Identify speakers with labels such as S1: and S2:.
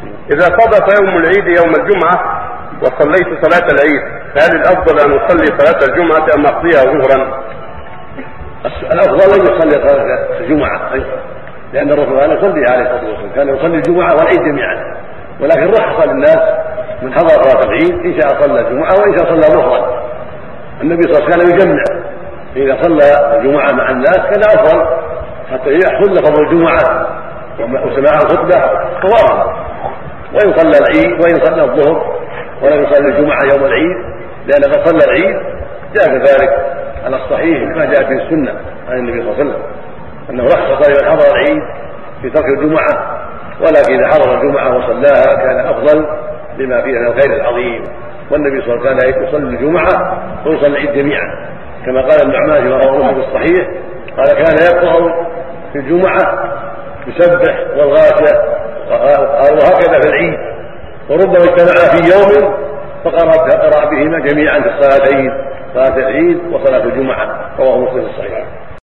S1: إذا صادف يوم العيد يوم الجمعة وصليت صلاة العيد، فهل الأفضل أن أصلي صلاة الجمعة أم أقضيها ظهرا؟
S2: الأفضل أن يصلي صلاة الجمعة، لأن الرسول كان يصلي عليه الصلاة والسلام، كان يصلي الجمعة والعيد جميعا، ولكن رخص للناس من حضر صلاة العيد إن شاء صلى الجمعة وإن شاء صلى ظهرا. النبي صلى الله عليه وسلم كان يجمع، إذا صلى الجمعة مع الناس كان أفضل حتى يحصل فضل الجمعة وسماع الخطبة فوارد، وإن صلى العيد وإن صلى الظهر ولم يصلي الجمعة يوم العيد، لأن قد صلى العيد جاء كذلك على الصحيح ما جاء في السنة عن النبي صلى الله عليه وسلم أنه رخص لمن حضر العيد في ترك الجمعة، ولكن إذا حضر الجمعة وصلاها كان أفضل لما فيها من الخير العظيم. والنبي صلى الله عليه وسلم كان يصلي الجمعة ويصلي العيد جميعا، كما قال النعمان فيما رواه مسلم في الصحيح قال كان يقرأ في الجمعة يسبح والغاشية وهكذا في العيد، وربما اجتمعا في يوم فقرأ بهما جميعا في الصلاتين، صلاة العيد وصلاة الجمعة، رواه مسلم في الصحيح.